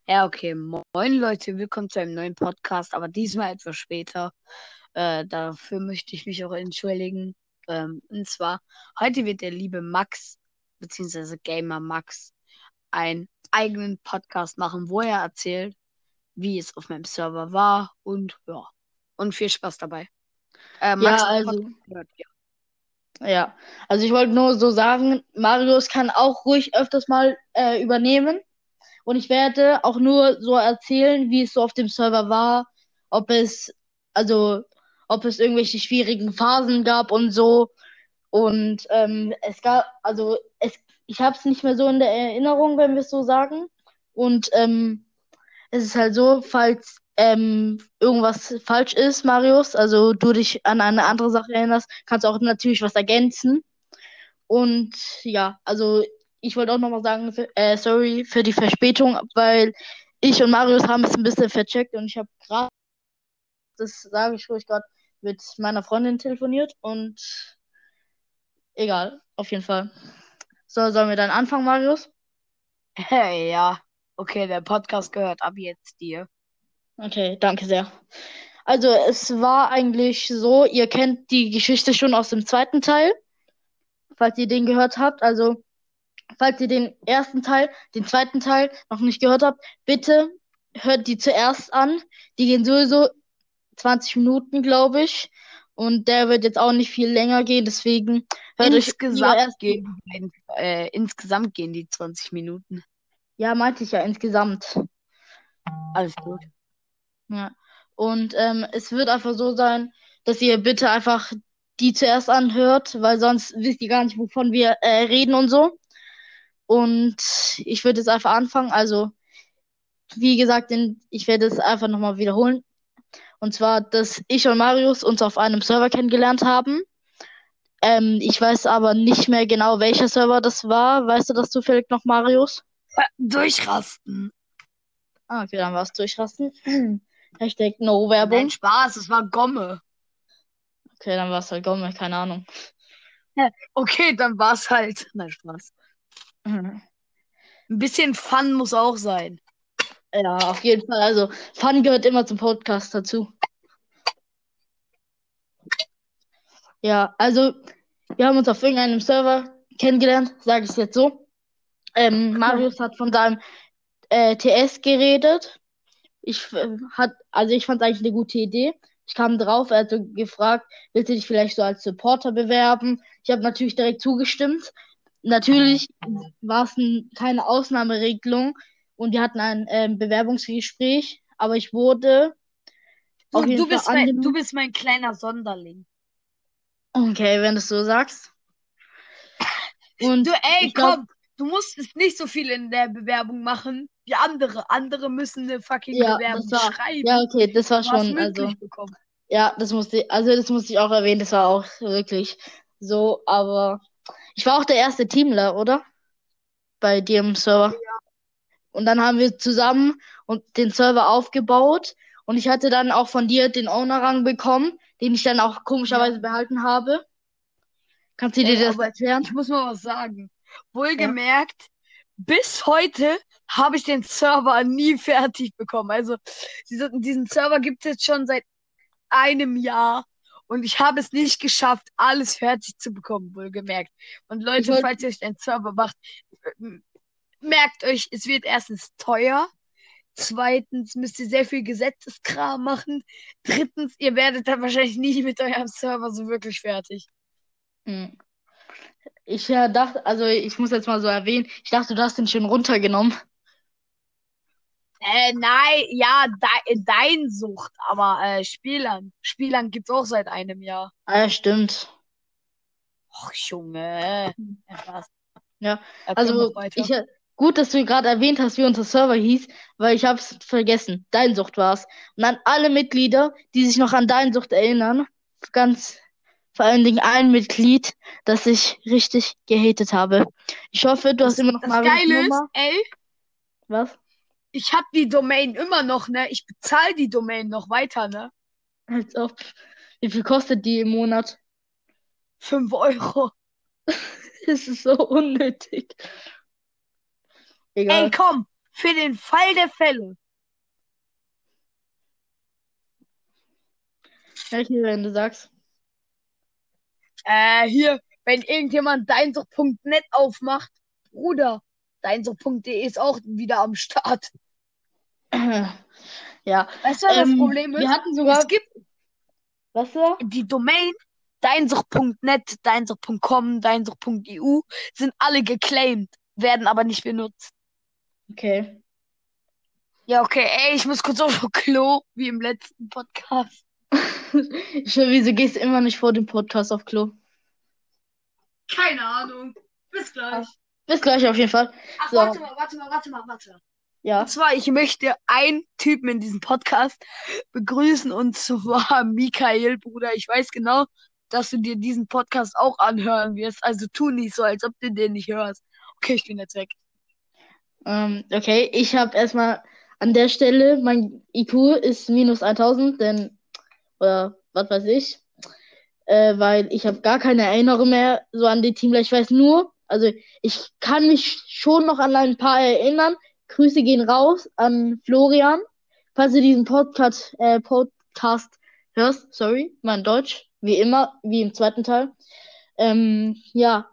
Ja, okay. Moin Leute, willkommen zu einem neuen Podcast, aber diesmal etwas später. Dafür möchte ich mich auch entschuldigen. Und zwar, heute wird der liebe Max, beziehungsweise Gamer Max, einen eigenen Podcast machen, wo er erzählt, wie es auf meinem Server war und ja. Und viel Spaß dabei. Ja, Max also, Podcast gehört ihr. ja. Also ich wollte nur so sagen, Marius kann auch ruhig öfters mal übernehmen. Und ich werde auch nur so erzählen, wie es so auf dem Server war, ob es, also, ob es irgendwelche schwierigen Phasen gab und so. Und es gab, ich habe es nicht mehr so in der Erinnerung, wenn wir es so sagen. Und es ist halt so, falls irgendwas falsch ist, Marius, also du dich an eine andere Sache erinnerst, kannst du auch natürlich was ergänzen. Und ja, also ich wollte auch nochmal sagen, sorry für die Verspätung, weil ich und Marius haben es ein bisschen vercheckt und ich habe gerade, das sage ich ruhig gerade, mit meiner Freundin telefoniert und egal, auf jeden Fall. So, sollen wir dann anfangen, Marius? Hey, ja. Okay, der Podcast gehört ab jetzt dir. Okay, danke sehr. Also es war eigentlich so, ihr kennt die Geschichte schon aus dem zweiten Teil, falls ihr den gehört habt. Also falls ihr den ersten Teil, den zweiten Teil noch nicht gehört habt, bitte hört die zuerst an. Die gehen sowieso 20 Minuten, glaube ich. Und der wird jetzt auch nicht viel länger gehen, deswegen hört euch lieber Insgesamt erst die. gehen insgesamt gehen die 20 Minuten. Ja, meinte ich ja insgesamt. Alles gut. Ja. Und es wird einfach so sein, dass ihr bitte einfach die zuerst anhört, weil sonst wisst ihr gar nicht, wovon wir reden und so. Und ich würde jetzt einfach anfangen. Also, wie gesagt, ich werde es einfach nochmal wiederholen. Und zwar, dass ich und Marius uns auf einem Server kennengelernt haben. Ich weiß aber nicht mehr genau, welcher Server das war. Weißt du das zufällig noch, Marius? Durchrasten. Ah, okay, dann war es durchrasten. Hashtag No Nein, Werbung. Spaß, es war Gomme. Okay, dann war es halt Gomme, keine Ahnung. Okay, dann war es halt. Nein, Spaß. Mhm. Ein bisschen Fun muss auch sein. Ja, auf jeden Fall. Also, Fun gehört immer zum Podcast dazu. Ja, also, wir haben uns auf irgendeinem Server kennengelernt, sage ich es jetzt so. Marius hat von seinem TS geredet. Also ich fand es eigentlich eine gute Idee. Ich kam drauf, er hat so gefragt, willst du dich vielleicht so als Supporter bewerben? Ich habe natürlich direkt zugestimmt. Natürlich war es keine Ausnahmeregelung und wir hatten ein Bewerbungsgespräch, aber ich wurde auf jeden Fall Du angenommen. bist mein kleiner Sonderling. Okay, wenn du es so sagst. Du, Und ey, ich glaube, komm, du musst es nicht so viel in der Bewerbung machen wie andere. Andere müssen eine fucking ja, das Bewerbung war, ja, schreiben. okay, das war Du hast schon, also, mündlich bekommen. ja, das musste ich auch erwähnen, das war auch wirklich so, aber ich war auch der erste Teamler, oder? Bei dir im Server. Und dann haben wir zusammen und den Server aufgebaut und ich hatte dann auch von dir den Owner-Rang bekommen, den ich dann auch Ja. komischerweise behalten habe. Kannst du dir Ey, das aber erklären? ich muss mal was sagen. Ja. Wohlgemerkt, bis heute habe ich den Server nie fertig bekommen. Also, diesen Server gibt es jetzt schon seit einem Jahr und ich habe es nicht geschafft, alles fertig zu bekommen, wohlgemerkt. Und Ich Leute, wollte, falls ihr euch einen Server macht, merkt euch, es wird erstens teuer. Zweitens müsst ihr sehr viel Gesetzeskram machen. Drittens, ihr werdet dann wahrscheinlich nie mit eurem Server so wirklich fertig. hm. Ich dachte, also ich muss jetzt mal so erwähnen, ich dachte, du hast den schon runtergenommen. Nein, ja, dein Sucht, aber Spielern. Spielern gibt's auch seit einem Jahr. Ah, ja, stimmt. Och, Junge. Etwas. Ja, Okay, mach also weiter. gut, dass du gerade erwähnt hast, wie unser Server hieß, weil ich habe es vergessen. Deinsucht war's. Und an alle Mitglieder, die sich noch an Deinsucht erinnern, ganz vor allen Dingen ein Mitglied, das ich richtig gehatet habe. Ich hoffe, du hast immer noch Das Marius Geile ist, Nummer. ey, Was? ich hab die Domain immer noch, ne? Ich bezahle die Domain noch weiter, ne? Als ob. Wie viel kostet die im Monat? 5 Euro. Es ist so unnötig. Ey, Egal. komm. Für den Fall der Fälle. Welche, wenn du sagst? Hier, wenn irgendjemand deinsucht.net aufmacht, Bruder, deinsucht.de ist auch wieder am Start. Ja. Weißt du, was das Problem Wir ist? hatten sogar. Es gibt Was da? die Domain deinsucht.net, deinsucht.com, deinsucht.eu sind alle geclaimed, werden aber nicht benutzt. Okay. Ja, okay, ey, ich muss kurz auf Klo, wie im letzten Podcast. Wieso gehst du immer nicht vor dem Podcast auf Klo? Keine Ahnung. Bis gleich. Bis gleich auf jeden Fall. Ach, So. warte. Ja. Und zwar, ich möchte einen Typen in diesem Podcast begrüßen, und zwar Michael, Bruder. Ich weiß genau, dass du dir diesen Podcast auch anhören wirst. Also tu nicht so, als ob du den nicht hörst. Okay, ich bin jetzt weg. Okay, ich habe erstmal an der Stelle, mein IQ ist minus 1000, denn, oder was weiß ich, weil ich habe gar keine Erinnerung mehr so an die Teamler. Ich weiß nur, also ich kann mich schon noch an ein paar erinnern. Grüße gehen raus an Florian, falls du diesen Podcast hörst. Sorry, mein Deutsch, wie immer, wie im zweiten Teil. Ja,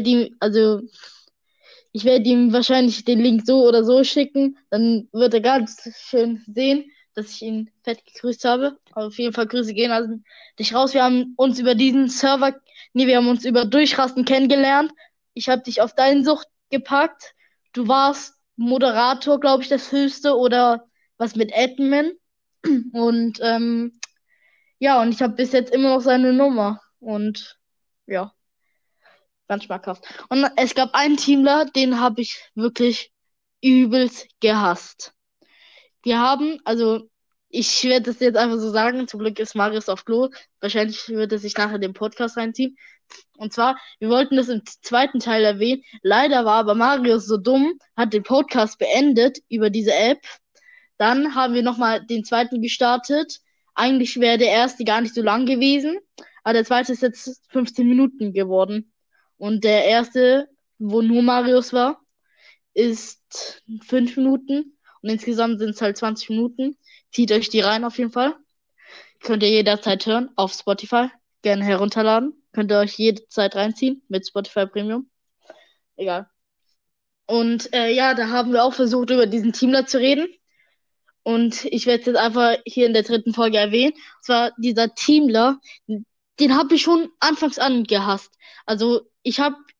ich werde ihm wahrscheinlich den Link so oder so schicken. Dann wird er ganz schön sehen, dass ich ihn fett gegrüßt habe. Aber auf jeden Fall Grüße gehen also dich raus. Wir haben uns über diesen Server, wir haben uns über Durchrasten kennengelernt. Ich habe dich auf deinen Sucht gepackt. Du warst Moderator, glaube ich, das höchste oder was mit Admin. Und ja, und ich habe bis jetzt immer noch seine Nummer. Und ja. Ganz schmackhaft. Und es gab einen Teamler, den habe ich wirklich übelst gehasst. Also ich werde das jetzt einfach so sagen, zum Glück ist Marius auf Klo. Wahrscheinlich wird er sich nachher den Podcast reinziehen. Und zwar, wir wollten das im zweiten Teil erwähnen. Leider war aber Marius so dumm, hat den Podcast beendet über diese App. Dann haben wir nochmal den zweiten gestartet. Eigentlich wäre der erste gar nicht so lang gewesen, aber der zweite ist jetzt 15 Minuten geworden. Und der erste, wo nur Marius war, ist 5 Minuten. Und insgesamt sind es halt 20 Minuten. Zieht euch die rein auf jeden Fall. Könnt ihr jederzeit hören auf Spotify. Gerne herunterladen. Könnt ihr euch jederzeit reinziehen mit Spotify Premium. Egal. Und ja, da haben wir auch versucht, über diesen Teamler zu reden. Und ich werde es jetzt einfach hier in der dritten Folge erwähnen. Und zwar dieser Teamler, den habe ich schon anfangs an gehasst. Also ich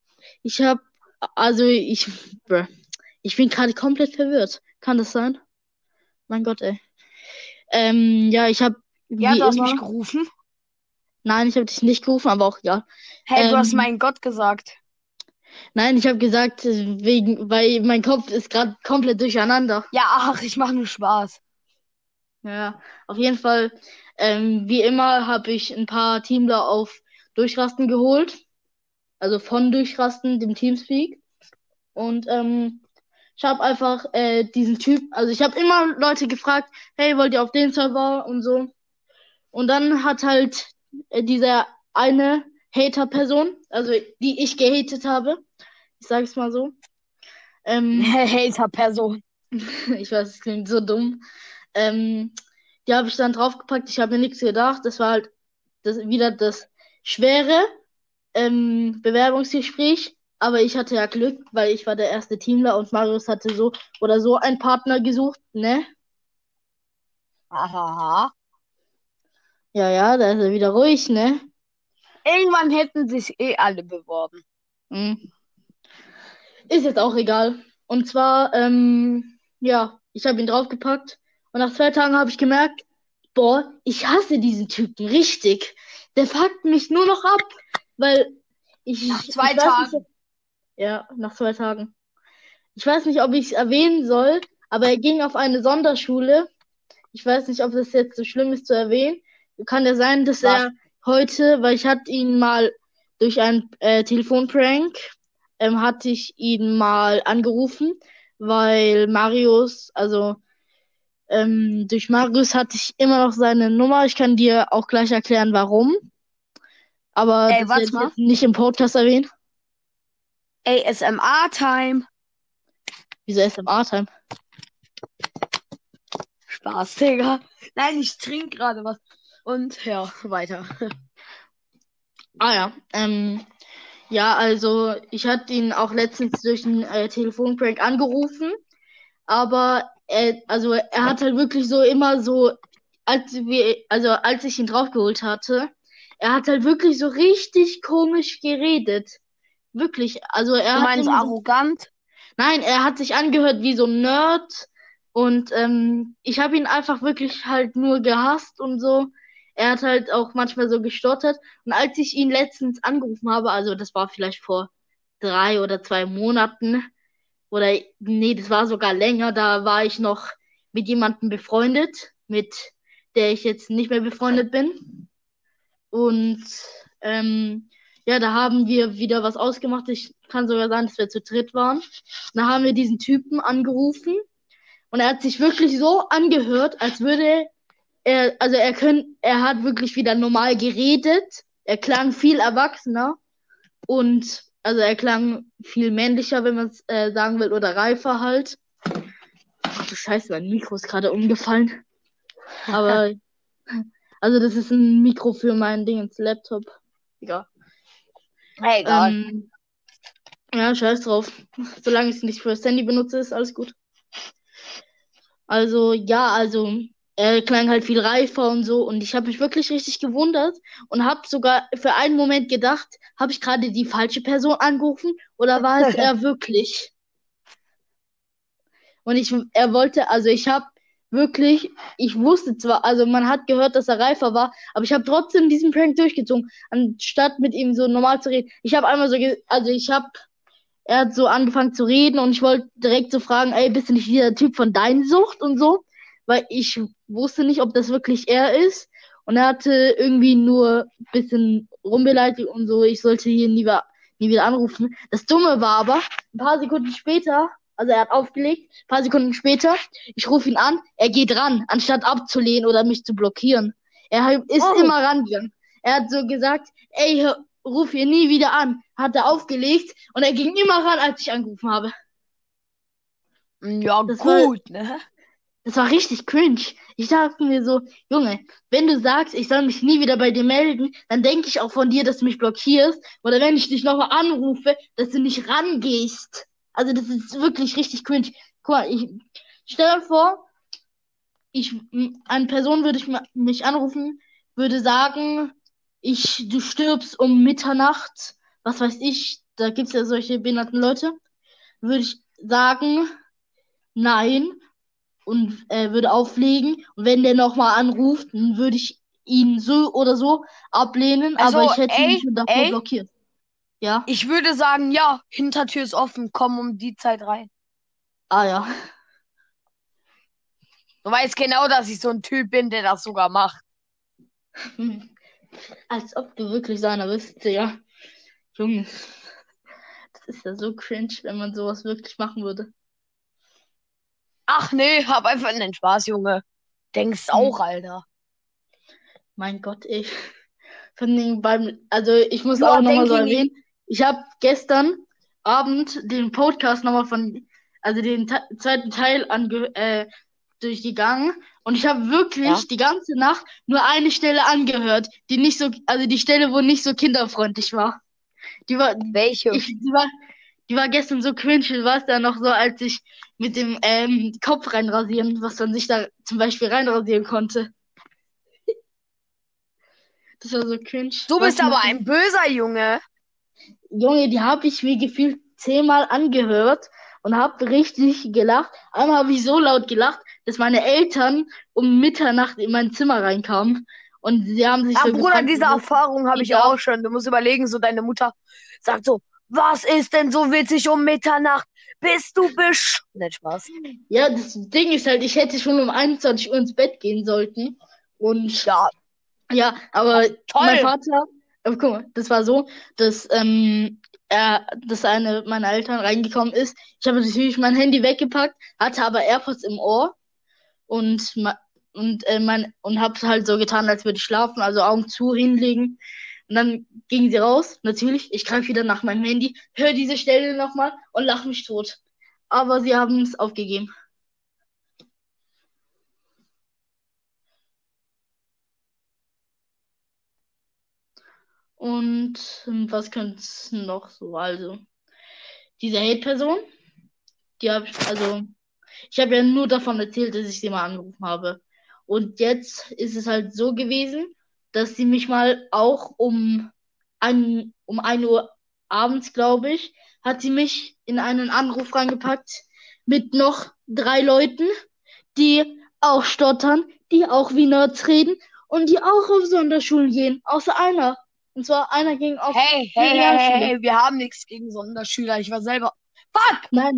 bin gerade komplett verwirrt. Kann das sein? Mein Gott, ey. Ja, ich habe Ja, wie du hast immer. mich gerufen. Nein, ich habe dich nicht gerufen, aber auch ja. Hey, du hast mein Gott gesagt. Nein, ich habe gesagt, weil mein Kopf ist gerade komplett durcheinander. Ja, ach, ich mache nur Spaß. Ja, auf jeden Fall. Wie immer habe ich ein paar Teamler auf Durchrasten geholt. Also von Durchrasten, dem Teamspeak. Und ich habe einfach diesen Typ, also ich habe immer Leute gefragt, hey, wollt ihr auf den Server und so. Und dann hat halt diese eine Hater-Person, also die ich gehatet habe, ich sage es mal so. Hater-Person. Ich weiß, es klingt so dumm. Die habe ich dann draufgepackt, ich habe mir nichts gedacht. Das war halt wieder das schwere Bewerbungsgespräch. Aber ich hatte ja Glück, weil ich war der erste Teamler und Marius hatte so oder so einen Partner gesucht, ne? Aha. Ja, da ist er wieder ruhig, ne? Irgendwann hätten sich eh alle beworben. Hm. Ist jetzt auch egal. Und zwar, ja, ich habe ihn draufgepackt und nach 2 Tagen habe ich gemerkt, boah, ich hasse diesen Typen richtig. Der fuckt mich nur noch ab, weil Nach ich 2 weiß nicht, Tagen. ja, nach 2 Tagen. Ich weiß nicht, ob ich es erwähnen soll, aber er ging auf eine Sonderschule. Ich weiß nicht, ob das jetzt so schlimm ist zu erwähnen. Kann ja sein, dass Was? er heute, weil ich hatte ihn mal durch einen Telefonprank, hatte ich ihn mal angerufen, weil durch Marius hatte ich immer noch seine Nummer. Ich kann dir auch gleich erklären, warum. Aber Ey, das warte werde ich mal. jetzt nicht im Podcast erwähnen. ASMR-Time. Wieso SMA-Time? Spaß, Digga. Nein, ich trinke gerade was. Und ja, weiter. Ah ja, ja, also ich hatte ihn auch letztens durch einen Telefonprank angerufen, aber er hat halt wirklich so immer so, als ich ihn draufgeholt hatte, er hat halt wirklich so richtig komisch geredet. Wirklich, also er Du hat meinst immer so, arrogant? nein, er hat sich angehört wie so ein Nerd und ich habe ihn einfach wirklich halt nur gehasst und so. Er hat halt auch manchmal so gestottert. Und als ich ihn letztens angerufen habe, also das war vielleicht vor 3 oder 2 Monaten, oder nee, das war sogar länger, da war ich noch mit jemandem befreundet, mit der ich jetzt nicht mehr befreundet bin. Und ja, da haben wir wieder was ausgemacht. Ich kann sogar sagen, dass wir zu dritt waren. Und da haben wir diesen Typen angerufen und er hat sich wirklich so angehört, als würde er hat wirklich wieder normal geredet. Er klang viel erwachsener und also er klang viel männlicher, wenn man es sagen will, oder reifer halt. Ach du Scheiße, mein Mikro ist gerade umgefallen. Aber also das ist ein Mikro für mein Ding ins Laptop. Egal. Egal. Ja, scheiß drauf. Solange ich es nicht fürs Handy benutze, ist alles gut. Also, ja, also, er klang halt viel reifer und so. Und ich habe mich wirklich richtig gewundert und habe sogar für einen Moment gedacht, habe ich gerade die falsche Person angerufen oder war es er wirklich? Und er wollte, also ich habe wirklich, ich wusste zwar, also man hat gehört, dass er reifer war, aber ich habe trotzdem diesen Prank durchgezogen, anstatt mit ihm so normal zu reden. Ich habe einmal so, er hat so angefangen zu reden und ich wollte direkt so fragen, ey, bist du nicht dieser Typ von Deinsucht und so? Weil ich wusste nicht, ob das wirklich er ist. Und er hatte irgendwie nur ein bisschen rumbeleidigt und so, ich sollte hier nie wieder anrufen. Das Dumme war aber, ein paar Sekunden später, also er hat aufgelegt, ein paar Sekunden später, ich rufe ihn an, er geht ran, anstatt abzulehnen oder mich zu blockieren. Er ist immer rangegangen. Er hat so gesagt, ey, ruf ihn nie wieder an. Hat er aufgelegt und er ging immer ran, als ich angerufen habe. Ja, Das war, gut, ne? das war richtig cringe. Ich dachte mir so, Junge, wenn du sagst, ich soll mich nie wieder bei dir melden, dann denke ich auch von dir, dass du mich blockierst. Oder wenn ich dich nochmal anrufe, dass du nicht rangehst. Also das ist wirklich richtig cringe. Guck mal, stell dir vor, eine Person würde mich anrufen, würde sagen, du stirbst um Mitternacht, was weiß ich, da gibt's ja solche behinderten Leute, würde ich sagen, nein, und würde auflegen. Und wenn der nochmal anruft, dann würde ich ihn so oder so ablehnen, aber Also, ich hätte ihn schon davor ey, blockiert. Ja? ich würde sagen, ja, Hintertür ist offen, komm um die Zeit rein. Ah ja. Du weißt genau, dass ich so ein Typ bin, der das sogar macht. Als ob du wirklich so einer bist, ja. Junge, das ist ja so cringe, wenn man sowas wirklich machen würde. Ach nee, hab einfach einen Spaß, Junge. Denkst auch, Hm. Alter. Mein Gott, ey. Also ich muss You auch are nochmal so thinking erwähnen, ich habe gestern Abend den Podcast nochmal also den zweiten Teil durchgegangen und ich habe ja. wirklich die ganze Nacht nur eine Stelle angehört, die nicht so, also die Stelle, wo nicht so kinderfreundlich war. Die war, Welche? die war gestern so cringe, du warst da noch so, als ich mit dem Kopf reinrasieren, was man sich da zum Beispiel reinrasieren konnte. Das war so cringe. Du Weißt bist du noch? aber ein böser Junge. Junge, die habe ich mir gefühlt 10-mal angehört und habe richtig gelacht. Einmal habe ich so laut gelacht, dass meine Eltern um Mitternacht in mein Zimmer reinkamen und sie haben sich Ah, so Bruder, gefragt, diese was Erfahrung habe geht ich da auch ab? schon. Du musst überlegen, so deine Mutter sagt so, was ist denn so witzig um Mitternacht? Bist du Nicht Spaß. Ja, das Ding ist halt, ich hätte schon um 21 Uhr ins Bett gehen sollten. Und Ja, ja, aber mein toll. Vater, aber guck mal, das war so, dass dass eine meiner Eltern reingekommen ist. Ich habe natürlich mein Handy weggepackt, hatte aber AirPods im Ohr und und habe halt so getan, als würde ich schlafen, also Augen zu hinlegen. Und dann ging sie raus, natürlich. Ich greife wieder nach meinem Handy, höre diese Stelle nochmal und lache mich tot. Aber sie haben es aufgegeben. Und was könnte es noch so? Also, diese Hate-Person, ich habe ja nur davon erzählt, dass ich sie mal angerufen habe. Und jetzt ist es halt so gewesen, dass sie mich mal auch um 1 Uhr abends, glaube ich, hat sie mich in einen Anruf reingepackt mit noch 3 Leuten, die auch stottern, die auch wie Nerds reden und die auch auf Sonderschulen gehen. Außer einer. Und zwar einer ging auf Hey, die hey, hey, hey, Realschule. hey, wir haben nichts gegen Sonderschüler. Ich war selber. Fuck! Nein.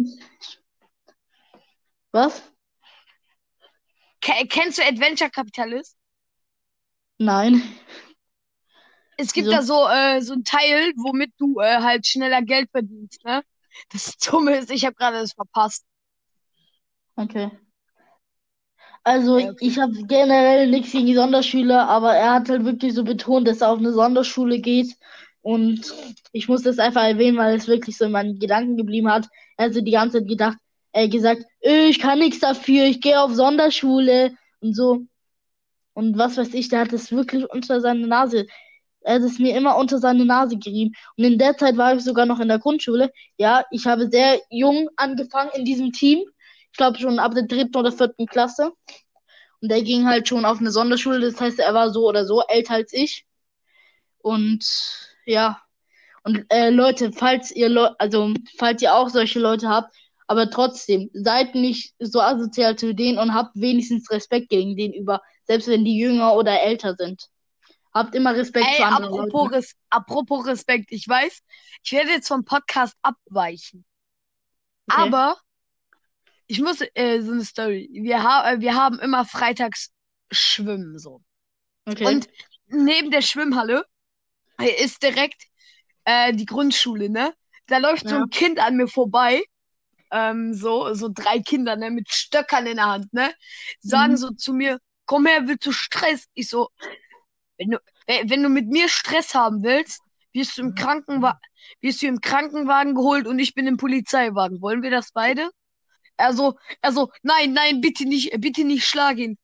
Was? Kennst du Adventure Capitalist? Nein. Es gibt da Wieso? so ein Teil, womit du halt schneller Geld verdienst, ne? Das Dumme ist, ich habe gerade das verpasst. Okay. Also Ja, okay. ich habe generell nichts gegen die Sonderschüler, aber er hat halt wirklich so betont, dass er auf eine Sonderschule geht. Und ich muss das einfach erwähnen, weil es wirklich so in meinen Gedanken geblieben hat. Er hat so die ganze Zeit gesagt, ich kann nichts dafür, ich gehe auf Sonderschule und so. Und was weiß ich, der hat es wirklich unter seine Nase. Er hat es mir immer unter seine Nase gerieben. Und in der Zeit war ich sogar noch in der Grundschule. Ja, ich habe sehr jung angefangen in diesem Team. Ich glaube schon ab der 3. oder 4. Klasse. Und der ging halt schon auf eine Sonderschule. Das heißt, er war so oder so älter als ich. Und ja. Und Leute, falls ihr auch solche Leute habt, aber trotzdem, seid nicht so asozial zu denen und habt wenigstens Respekt gegen den über, selbst wenn die jünger oder älter sind. Habt immer Respekt Ey, vor anderen Leuten. apropos Respekt, ich weiß, ich werde jetzt vom Podcast abweichen. Okay, Aber ich muss so eine Story. Wir haben immer freitags Schwimmen so. okay. Und neben der Schwimmhalle ist direkt die Grundschule, ne? Da läuft so Ja. ein Kind an mir vorbei, so 3 Kinder, ne, mit Stöckern in der Hand, ne? Sagen Mhm. so zu mir, komm her, willst du Stress? Ich so, wenn du, wenn du mit mir Stress haben willst, wirst du im Krankenwagen geholt und ich bin im Polizeiwagen. Wollen wir das beide? Nein, nein, bitte nicht schlagen.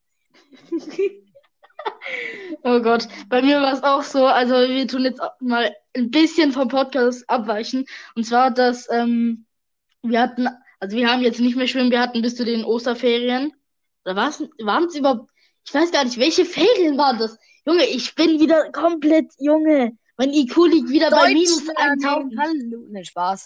Oh Gott, bei mir war es auch so, also wir tun jetzt auch mal ein bisschen vom Podcast abweichen. Und zwar, dass wir hatten, also wir haben jetzt nicht mehr Schwimmen, wir hatten bis zu den Osterferien. Oder waren es überhaupt, ich weiß gar nicht, welche Ferien waren das? Junge, ich bin wieder komplett, Junge. Mein IQ liegt wieder bei Deutsch minus lernen, 1000. hallo. Ne, Spaß.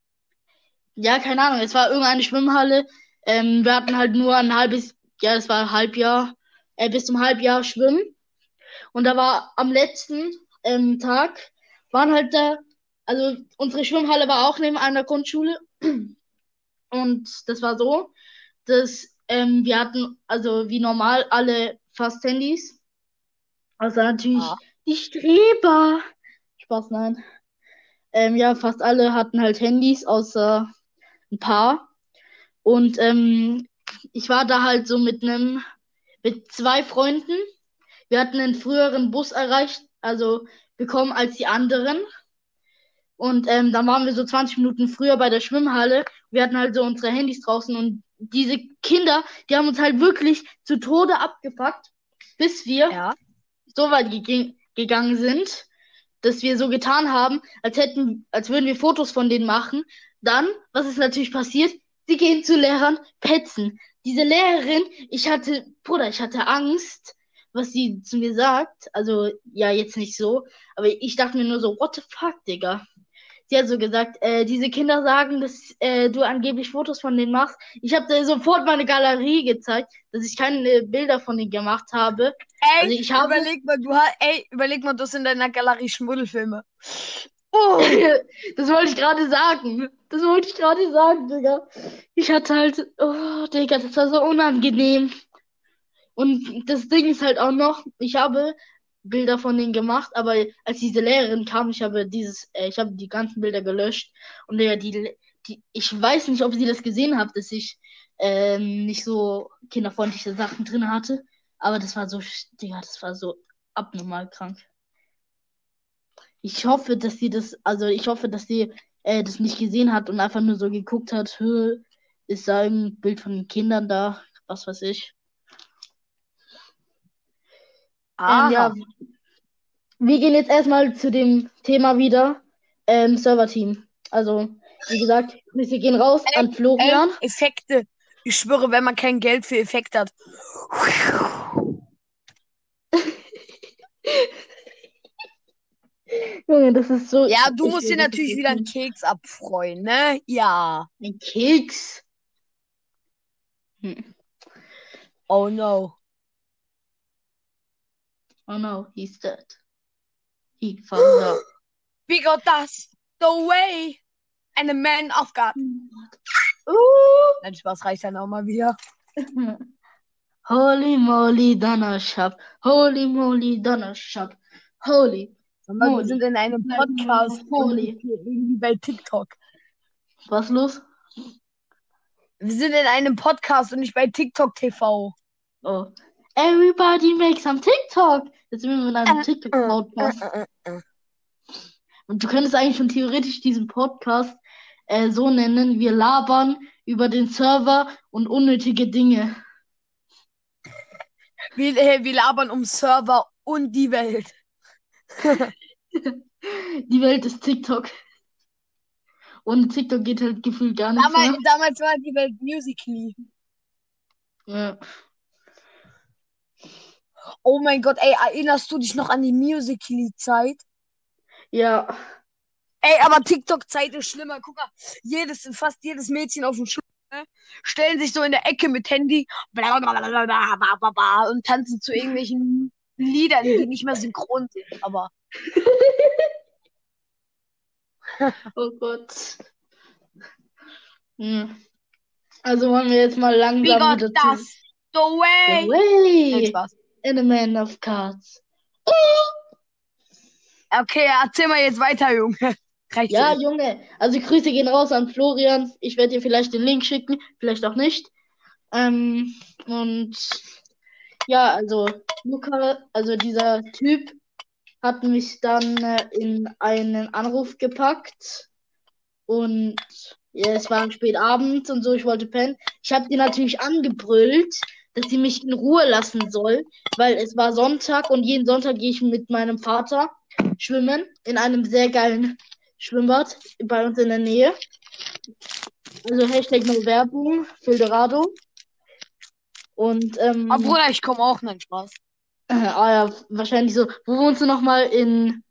Ja, keine Ahnung, es war irgendeine Schwimmhalle. Wir hatten halt nur ein halbes, ja, es war Halbjahr, bis zum Halbjahr Schwimmen. Und da war am letzten Tag, waren halt da, also unsere Schwimmhalle war auch neben einer Grundschule. Und das war so, dass wir hatten, also wie normal, alle fast Handys. Also Ah. natürlich die Streber. Spaß, nein. Ja, fast alle hatten halt Handys, außer ein paar. Und ich war da halt so mit 2 Freunden. Wir hatten einen früheren Bus erreicht, also bekommen als die anderen. Und dann waren wir so 20 Minuten früher bei der Schwimmhalle. Wir hatten halt so unsere Handys draußen und diese Kinder, die haben uns halt wirklich zu Tode abgefuckt, bis wir Ja. so weit gegangen sind, dass wir so getan haben, als würden wir Fotos von denen machen. Dann, was ist natürlich passiert? Sie gehen zu Lehrern petzen. Diese Lehrerin, ich hatte Angst, was sie zu mir sagt. Also, ja, jetzt nicht so, aber ich dachte mir nur so, what the fuck, Digga? Sie hat so gesagt, diese Kinder sagen, dass du angeblich Fotos von denen machst. Ich habe dir sofort meine Galerie gezeigt, dass ich keine Bilder von denen gemacht habe. Also ich habe Überleg mal, du hast in deiner Galerie Schmuddelfilme. Oh, Das wollte ich gerade sagen. Das wollte ich gerade sagen, Digga. Ich hatte halt, oh, Digga, das war so unangenehm. Und das Ding ist halt auch noch, ich habe Bilder von denen gemacht, aber als diese Lehrerin kam, ich habe die ganzen Bilder gelöscht. Und Digga, ich weiß nicht, ob sie das gesehen hat, dass ich nicht so kinderfreundliche Sachen drin hatte. Aber Digga, das war so abnormal krank. Ich hoffe, dass sie das nicht gesehen hat und einfach nur so geguckt hat, ist da ein Bild von den Kindern da, was weiß ich. Ja, aha. wir gehen jetzt erstmal zu dem Thema wieder. Server-Team. Also, wie gesagt, Grüße gehen raus an Florian. Effekte. Ich schwöre, wenn man kein Geld für Effekte hat. Junge, das ist so. Ja, du Ich musst will dir das natürlich jetzt wieder einen nicht. Keks abfreuen, ne? Ja. Ein Keks. Oh no. Oh no, he's dead. He found out. We got us the way. And a man of God. Nein, Spaß, reicht dann auch mal wieder. Holy moly, Donnershop. Holy moly, Donnershop. Holy Aber wir moly. sind in einem Podcast und Holy. nicht hier irgendwie bei TikTok. Was los? Wir sind in einem Podcast und nicht bei TikTok TV. Oh. Everybody make some TikTok. Jetzt sind wir in einem TikTok-Podcast. Und du könntest eigentlich schon theoretisch diesen Podcast so nennen: Wir labern über den Server und unnötige Dinge. Wir labern um Server und die Welt. Die Welt ist TikTok. Und TikTok geht halt gefühlt gar nichts mehr. Damals war die Welt Musical.ly. Ja. Oh mein Gott, ey, erinnerst du dich noch an die Musical.ly-Zeit? Ja. Ey, aber TikTok-Zeit ist schlimmer. Guck mal, fast jedes Mädchen auf dem Schulhof, ne, stellen sich so in der Ecke mit Handy und tanzen zu irgendwelchen Liedern, die nicht mehr synchron sind. Aber Oh Gott. Also wollen wir jetzt mal we langsam got wieder das the way. Nein, Way Spaß. in a man of cards. Okay, erzähl mal jetzt weiter, Junge. Reicht Ja, jetzt. Junge. Also Grüße gehen raus an Florian. Ich werde dir vielleicht den Link schicken, vielleicht auch nicht. Und ja, also Luca, also dieser Typ hat mich dann in einen Anruf gepackt und ja, es war spät abends und so, ich wollte pennen. Ich habe die natürlich angebrüllt, dass sie mich in Ruhe lassen soll, weil es war Sonntag und jeden Sonntag gehe ich mit meinem Vater schwimmen in einem sehr geilen Schwimmbad bei uns in der Nähe. Also Hashtag no Werbung, Fildorado. Und Aber Bruder, ich komme auch, nein, Spaß. ja, wahrscheinlich so. Wo wohnst du nochmal in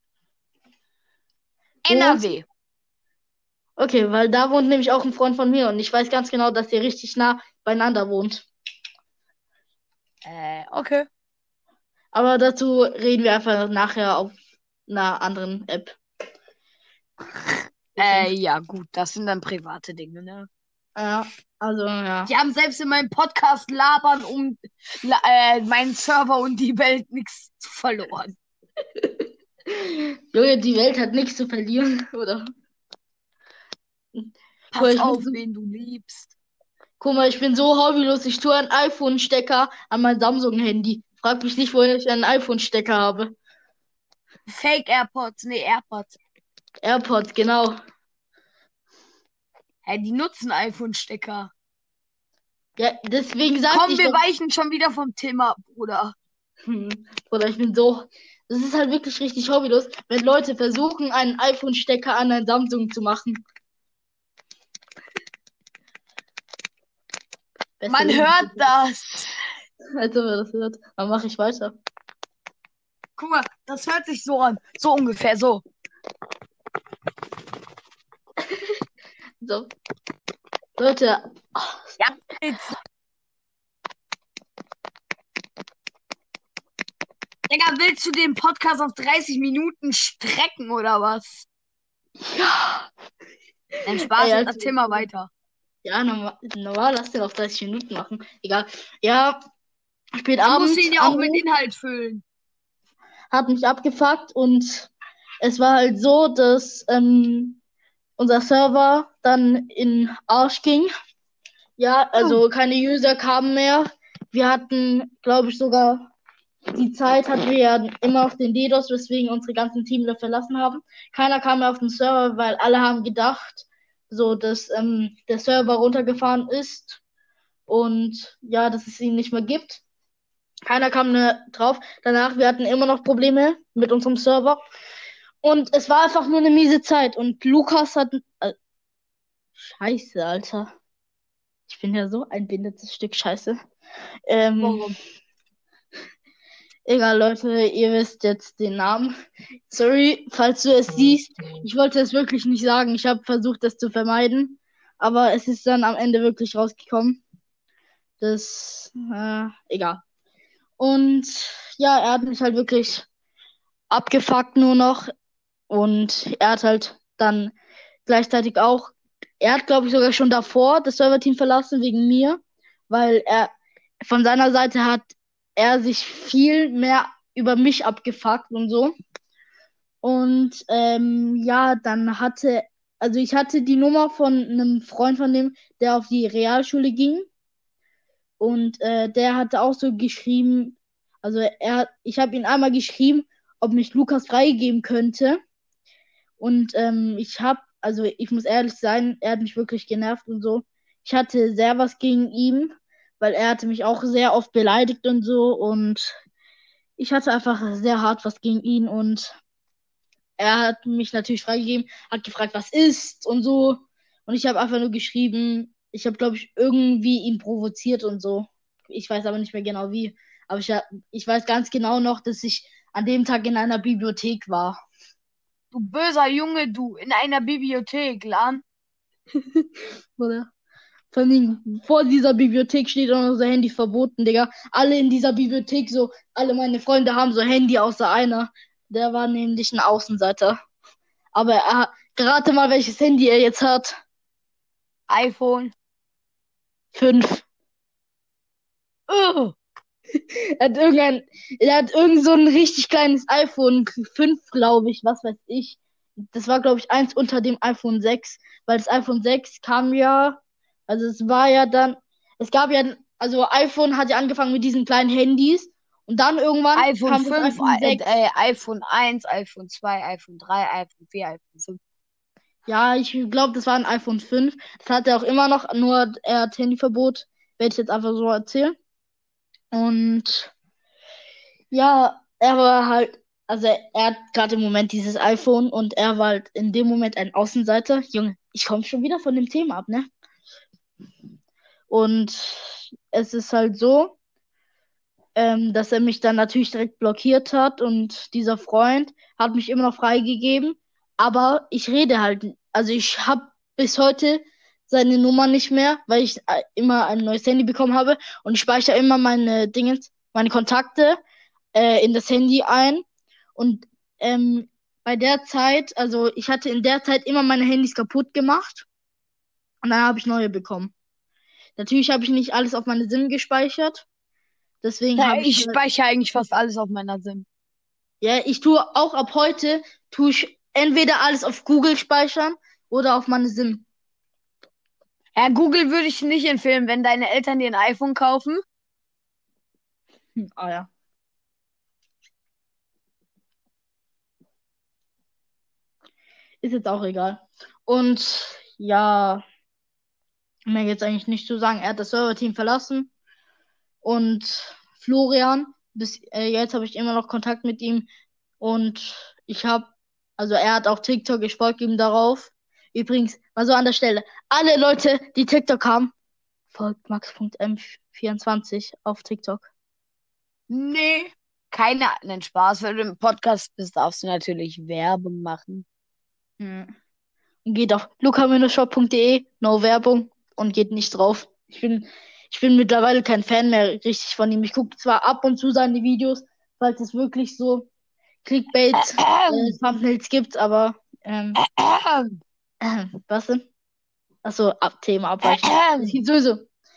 NRW. Okay, weil da wohnt nämlich auch ein Freund von mir und ich weiß ganz genau, dass ihr richtig nah beieinander wohnt. Okay. Aber dazu reden wir einfach nachher auf einer anderen App. Ja, gut, das sind dann private Dinge, ne? Ja, also ja. Die haben selbst in meinem Podcast labern um meinen Server und die Welt nichts verloren. Junge, die Welt hat nichts zu verlieren, oder? Pass auf, wen du liebst. Guck mal, ich bin so hobbylos. Ich tue einen iPhone-Stecker an mein Samsung-Handy. Frag mich nicht, woher ich einen iPhone-Stecker habe. Fake AirPods, nee, AirPods. AirPods, genau. Hey, die nutzen iPhone-Stecker. Ja, deswegen sag Komm, ich wir doch. weichen schon wieder vom Thema, Bruder. Bruder, ich bin so. Das ist halt wirklich richtig hobbylos, wenn Leute versuchen, einen iPhone-Stecker an ein Samsung zu machen. Man hört das. Als ob er das hört. Dann mache ich weiter. Guck mal, das hört sich so an. So ungefähr, so. So. Leute. Ja, jetzt. Digga, willst du den Podcast auf 30 Minuten strecken oder was? Ja. Nein, Spaß, Ey, erzähl mal weiter. Ja, normal lass den auf 30 Minuten machen. Egal. Ja, spät Du abends. musst ihn ja auch mit Inhalt füllen. Hat mich abgefuckt und es war halt so, dass unser Server dann in Arsch ging. Ja, also keine User kamen mehr. Wir hatten, glaube ich, sogar die Zeit hatten wir ja immer auf den DDoS, weswegen unsere ganzen Teamler verlassen haben. Keiner kam mehr auf den Server, weil alle haben gedacht, so dass der Server runtergefahren ist und ja, dass es ihn nicht mehr gibt. Keiner kam drauf. Danach, wir hatten immer noch Probleme mit unserem Server. Und es war einfach nur eine miese Zeit. Und Lukas hat. Scheiße, Alter. Ich bin ja so ein behindertes Stück Scheiße. Ähm, Warum? Egal, Leute, ihr wisst jetzt den Namen. Sorry, falls du es siehst. Ich wollte es wirklich nicht sagen. Ich habe versucht, das zu vermeiden. Aber es ist dann am Ende wirklich rausgekommen. Egal. Und ja, er hat mich halt wirklich abgefuckt nur noch. Und er hat halt dann gleichzeitig auch, er hat glaube ich sogar schon davor das Serverteam verlassen wegen mir, weil er von seiner Seite hat er sich viel mehr über mich abgefuckt und so. Und ja, also ich hatte die Nummer von einem Freund von dem, der auf die Realschule ging. Und der hatte auch so geschrieben, also ich habe ihn einmal geschrieben, ob mich Lukas freigeben könnte. Und also ich muss ehrlich sein, er hat mich wirklich genervt und so. Ich hatte sehr was gegen ihn, weil er hatte mich auch sehr oft beleidigt und so. Und ich hatte einfach sehr hart was gegen ihn. Und er hat mich natürlich freigegeben, hat gefragt, was ist und so. Und ich habe einfach nur geschrieben, ich habe, glaube ich, irgendwie ihn provoziert und so. Ich weiß aber nicht mehr genau wie. Aber ich weiß ganz genau noch, dass ich an dem Tag in einer Bibliothek war. Du böser Junge, du, in einer Bibliothek, Lan. Oder? Vor allem vor dieser Bibliothek steht auch noch so Handy verboten, Digga. Alle in dieser Bibliothek, so, alle meine Freunde haben so Handy außer einer. Der war nämlich ein Außenseiter. Aber gerate mal, welches Handy er jetzt hat. iPhone. 5. Oh, Er hat irgend so ein richtig kleines iPhone 5, glaube ich, was weiß ich. Das war, glaube ich, eins unter dem iPhone 6, weil das iPhone 6 kam ja, also es war ja dann, es gab ja, also iPhone hat ja angefangen mit diesen kleinen Handys und dann irgendwann iPhone kam das 5, iPhone 6. iPhone 1, iPhone 2, iPhone 3, iPhone 4, iPhone 5. Ja, ich glaube, das war ein iPhone 5. Das hat er auch immer noch, nur er hat Handyverbot, werde ich jetzt einfach so erzählen. Und ja, er war halt, also er hat gerade im Moment dieses iPhone und er war halt in dem Moment ein Außenseiter. Junge, ich komme schon wieder von dem Thema ab, ne? Und es ist halt so, dass er mich dann natürlich direkt blockiert hat und dieser Freund hat mich immer noch freigegeben, aber ich rede halt, also ich habe bis heute seine Nummer nicht mehr, weil ich immer ein neues Handy bekommen habe und ich speichere immer meine Kontakte in das Handy ein und bei der Zeit, also ich hatte in der Zeit immer meine Handys kaputt gemacht und dann habe ich neue bekommen. Natürlich habe ich nicht alles auf meine SIM gespeichert. Deswegen Ja, habe ich ich halt, speichere eigentlich fast alles auf meiner SIM. ja, ich tue auch ab heute, tue ich entweder alles auf Google speichern oder auf meine SIM. Ja, Google würde ich nicht empfehlen, wenn deine Eltern dir ein iPhone kaufen. Ah ja. Ist jetzt auch egal. Und ja, mehr jetzt eigentlich nicht zu sagen. Er hat das Serverteam verlassen und Florian, bis jetzt habe ich immer noch Kontakt mit ihm und also er hat auch TikTok, ich folge ihm darauf. Übrigens, mal so an der Stelle, alle Leute, die TikTok haben, folgt max.m24 auf TikTok. Nee. Keine, nein, Spaß. Wenn du im Podcast bist, darfst du natürlich Werbung machen. Hm. Und geht auf luca-shop.de, no Werbung und geht nicht drauf. Ich bin mittlerweile kein Fan mehr richtig von ihm. Ich gucke zwar ab und zu seine Videos, falls es wirklich so Clickbait-Thumbnails gibt, aber was denn? Achso, Thema abweichen. Es gibt sowieso.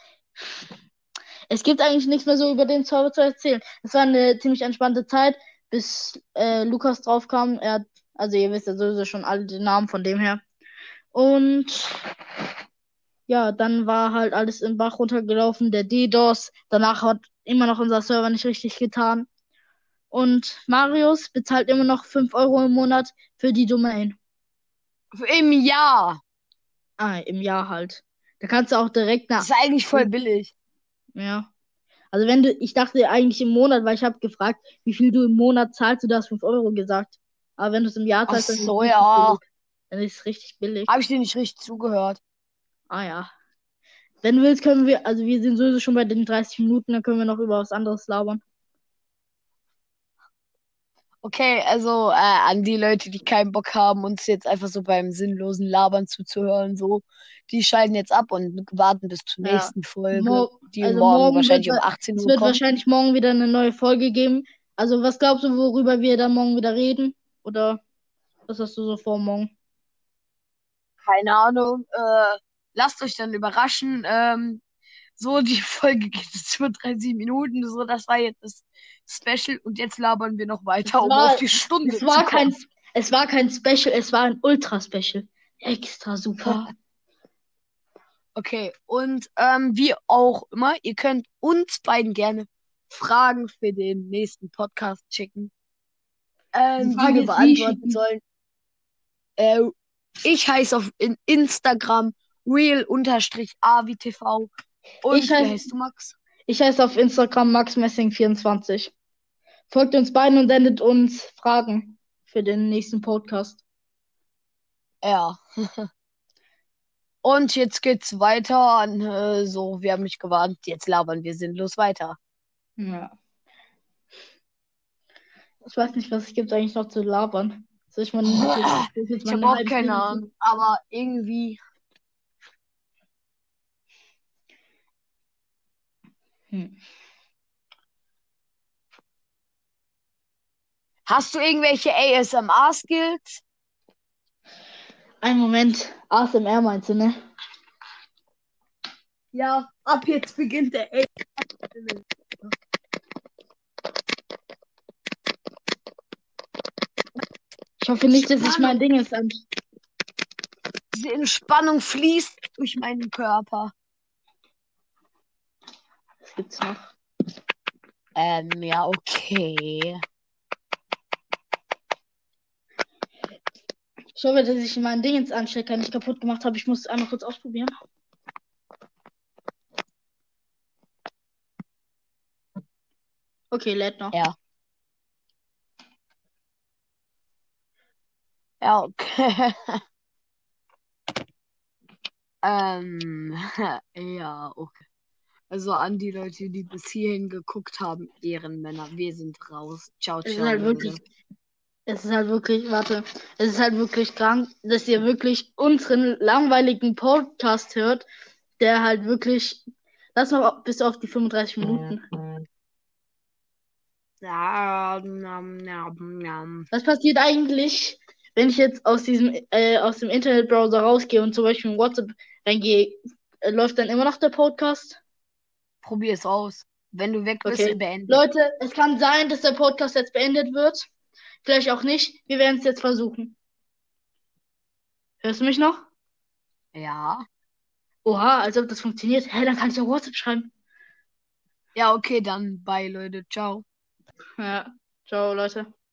Es gibt eigentlich nichts mehr so über den Server zu erzählen. Es war eine ziemlich entspannte Zeit, bis Lukas draufkam. Also ihr wisst ja sowieso schon alle den Namen von dem her. Und ja, dann war halt alles im Bach runtergelaufen, der DDoS. Danach hat immer noch unser Server nicht richtig getan. Und Marius bezahlt immer noch 5 Euro im Monat für die Domain. Im Jahr. Ah, im Jahr halt. Da kannst du auch Das ist eigentlich voll billig. Ja. Also ich dachte eigentlich im Monat, weil ich habe gefragt, wie viel du im Monat zahlst, du hast 5 Euro gesagt. Aber wenn du es im Jahr Ach zahlst, dann ist es so, richtig ja. billig. Dann ist es richtig billig. Habe ich dir nicht richtig zugehört? Ah ja. Wenn du willst, können wir, also wir sind sowieso schon bei den 30 Minuten, dann können wir noch über was anderes labern. Okay, also an die Leute, die keinen Bock haben, uns jetzt einfach so beim sinnlosen Labern zuzuhören, so, die schalten jetzt ab und warten bis zur Ja. nächsten Folge, die Also morgen morgen wahrscheinlich um 18 es Uhr wird kommt. wahrscheinlich morgen wieder eine neue Folge geben. Also was glaubst du, worüber wir dann morgen wieder reden? Oder was hast du so vor morgen? Keine Ahnung. Lasst euch dann überraschen. So, die Folge geht jetzt über 30 Minuten. So, das war jetzt das Special. Und jetzt labern wir noch Es weiter, um auf war, die Stunde es zu war kommen. es war kein Special, es war ein Ultra-Special. Extra super. Okay, und wie auch immer, ihr könnt uns beiden gerne Fragen für den nächsten Podcast schicken, Die die Frage wir ist, wie beantworten schicken? sollen. Äh, ich heiße auf in Instagram real_avtv. Ich Und wie heiße, heißt du, Max? ich heiße auf Instagram maxmessing24. Folgt uns beiden und sendet uns Fragen für den nächsten Podcast. Ja. Und jetzt geht's weiter an, so, wir haben mich gewarnt, jetzt labern wir sinnlos weiter. Ja. Ich weiß nicht, was es gibt eigentlich noch zu labern. Soll ich mal soll ich jetzt Ich mal habe eine auch halbe keine Stunde. Ahnung, aber irgendwie. Hm. Hast du irgendwelche ASMR-Skills? Einen Moment. ASMR meinst du, ne? Ja, ab jetzt beginnt der ASMR. Ich hoffe nicht, dass ich mein Spannung. Ding jetzt an. Diese Entspannung fließt durch meinen Körper. Was gibt's noch? Ja, okay. Ich hoffe, dass ich mein Ding jetzt Anstecker nicht kaputt gemacht habe. Ich muss es einmal kurz ausprobieren. Okay, lädt noch. Ja. Ja, okay. Ja, okay. Also an die Leute, die bis hierhin geguckt haben, Ehrenmänner, wir sind raus. Ciao, Es ist ciao, halt Leute. wirklich, warte, es ist halt wirklich krank, dass ihr wirklich unseren langweiligen Podcast hört, der halt wirklich, lass mal bis auf die 35 Minuten. Ja, nam, nam, nam. Was passiert eigentlich, wenn ich jetzt aus dem Internetbrowser rausgehe und zum Beispiel in WhatsApp reingehe? Läuft dann immer noch der Podcast? Probier es aus. Wenn du weg bist, Okay. beende. Leute, es kann sein, dass der Podcast jetzt beendet wird. Vielleicht auch nicht. Wir werden es jetzt versuchen. Hörst du mich noch? Ja. Oha, als ob das funktioniert. Hä, dann kann ich auch WhatsApp schreiben. Ja, okay, dann bye, Leute. Ciao. Ja. Ciao, Leute.